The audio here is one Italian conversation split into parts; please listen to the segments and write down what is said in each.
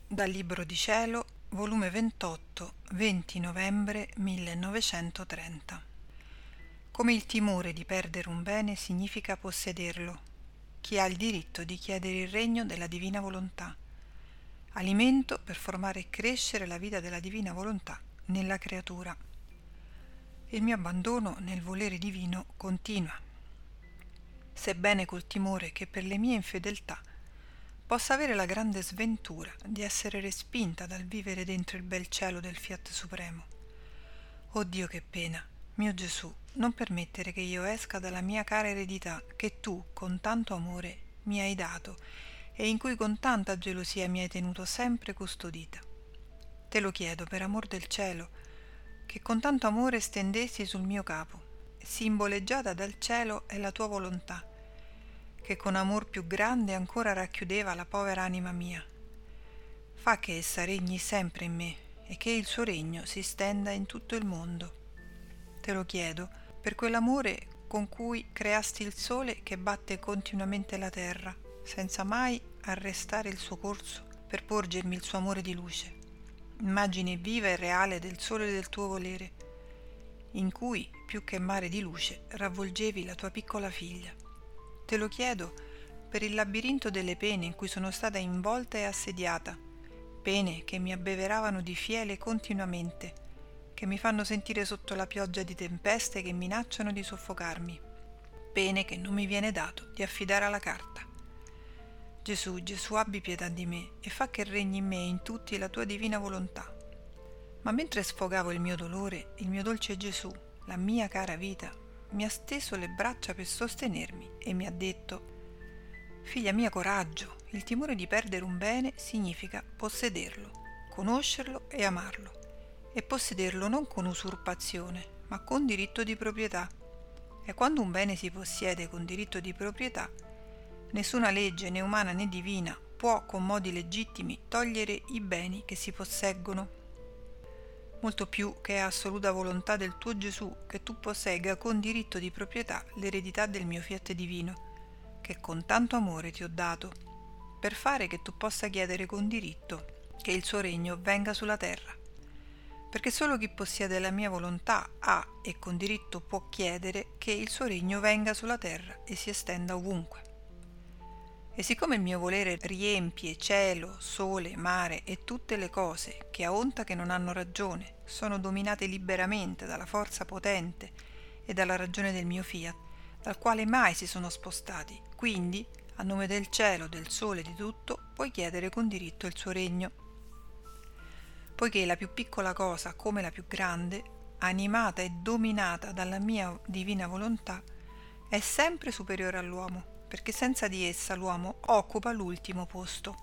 Dal Libro di Cielo, volume 28, 20 novembre 1930. Come il timore di perdere un bene significa possederlo. Chi ha il diritto di chiedere il regno della divina volontà. Alimento per formare crescere la vita della divina volontà nella creatura. Il mio abbandono nel volere divino continua. Sebbene col timore che per le mie infedeltà possa avere la grande sventura di essere respinta dal vivere dentro il bel cielo del Fiat Supremo. Oh Dio, che pena! Mio Gesù, non permettere che io esca dalla mia cara eredità che tu, con tanto amore, mi hai dato e in cui con tanta gelosia mi hai tenuto sempre custodita. Te lo chiedo per amor del cielo, che con tanto amore stendessi sul mio capo. Simboleggiata dal cielo è la tua volontà, che con amor più grande ancora racchiudeva la povera anima mia. Fa che essa regni sempre in me e che il suo regno si stenda in tutto il mondo. Te lo chiedo per quell'amore con cui creasti il sole che batte continuamente la terra, senza mai arrestare il suo corso per porgermi il suo amore di luce, immagine viva e reale del sole del tuo volere, in cui, più che mare di luce, ravvolgevi la tua piccola figlia. Te lo chiedo per il labirinto delle pene in cui sono stata involta e assediata, pene che mi abbeveravano di fiele continuamente, che mi fanno sentire sotto la pioggia di tempeste che minacciano di soffocarmi, pene che non mi viene dato di affidare alla carta. Gesù, Gesù, abbi pietà di me e fa che regni in me e in tutti la tua divina volontà. Ma mentre sfogavo il mio dolore, il mio dolce Gesù, la mia cara vita, mi ha steso le braccia per sostenermi e mi ha detto: «Figlia mia, coraggio, il timore di perdere un bene significa possederlo, conoscerlo e amarlo, e possederlo non con usurpazione, ma con diritto di proprietà. E quando un bene si possiede con diritto di proprietà, nessuna legge, né umana né divina, può con modi legittimi togliere i beni che si posseggono. Molto più che è assoluta volontà del tuo Gesù che tu possegga con diritto di proprietà l'eredità del mio fiat divino, che con tanto amore ti ho dato, per fare che tu possa chiedere con diritto che il suo regno venga sulla terra. Perché solo chi possiede la mia volontà ha e con diritto può chiedere che il suo regno venga sulla terra e si estenda ovunque. E siccome il mio volere riempie cielo, sole, mare e tutte le cose che a onta che non hanno ragione sono dominate liberamente dalla forza potente e dalla ragione del mio fiat, dal quale mai si sono spostati, quindi, a nome del cielo, del sole e di tutto, puoi chiedere con diritto il suo regno. Poiché la più piccola cosa, come la più grande, animata e dominata dalla mia divina volontà, è sempre superiore all'uomo, perché senza di essa l'uomo occupa l'ultimo posto.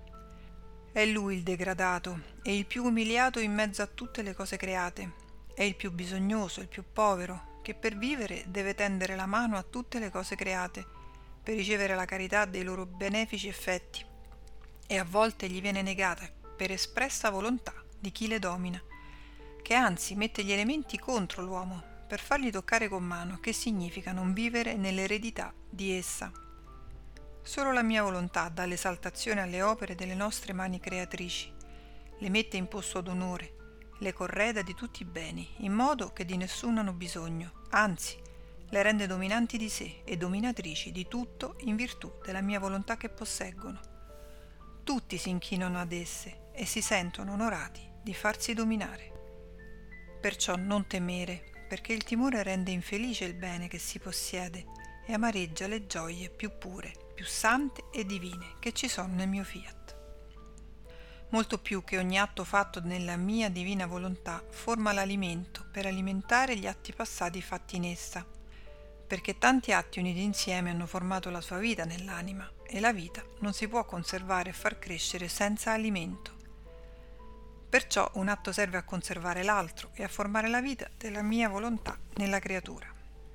È lui il degradato e il più umiliato in mezzo a tutte le cose create, è il più bisognoso, il più povero, che per vivere deve tendere la mano a tutte le cose create, per ricevere la carità dei loro benefici effetti, e a volte gli viene negata per espressa volontà di chi le domina, che anzi mette gli elementi contro l'uomo, per fargli toccare con mano che significa non vivere nell'eredità di essa. Solo la mia volontà dà l'esaltazione alle opere delle nostre mani creatrici, le mette in posto d'onore, le correda di tutti i beni, in modo che di nessuno hanno bisogno, anzi, le rende dominanti di sé e dominatrici di tutto in virtù della mia volontà che posseggono. Tutti si inchinano ad esse e si sentono onorati di farsi dominare. Perciò non temere, perché il timore rende infelice il bene che si possiede e amareggia le gioie più pure, più sante e divine che ci sono nel mio fiat. Molto più che ogni atto fatto nella mia divina volontà forma l'alimento per alimentare gli atti passati fatti in essa, perché tanti atti uniti insieme hanno formato la sua vita nell'anima e la vita non si può conservare e far crescere senza alimento. Perciò un atto serve a conservare l'altro e a formare la vita della mia volontà nella creatura.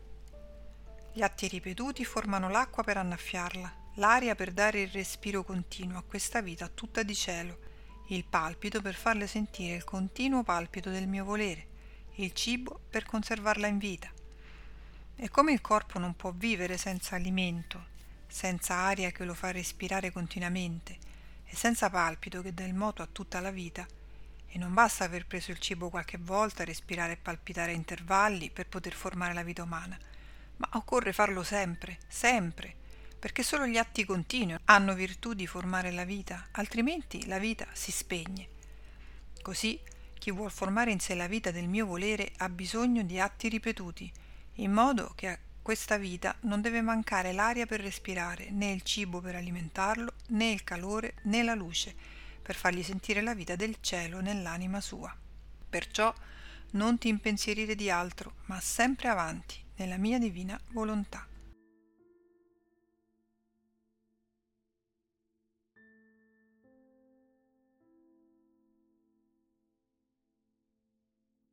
Gli atti ripetuti formano l'acqua per annaffiarla, l'aria per dare il respiro continuo a questa vita tutta di cielo, il palpito per farle sentire il continuo palpito del mio volere, il cibo per conservarla in vita. E come il corpo non può vivere senza alimento, senza aria che lo fa respirare continuamente, e senza palpito che dà il moto a tutta la vita. E non basta aver preso il cibo qualche volta, respirare e palpitare a intervalli per poter formare la vita umana, ma occorre farlo sempre, sempre, perché solo gli atti continui hanno virtù di formare la vita, altrimenti la vita si spegne. Così chi vuol formare in sé la vita del mio volere ha bisogno di atti ripetuti, in modo che a questa vita non deve mancare l'aria per respirare, né il cibo per alimentarlo, né il calore, né la luce, per fargli sentire la vita del cielo nell'anima sua. Perciò non ti impensierire di altro, ma sempre avanti, nella mia divina volontà.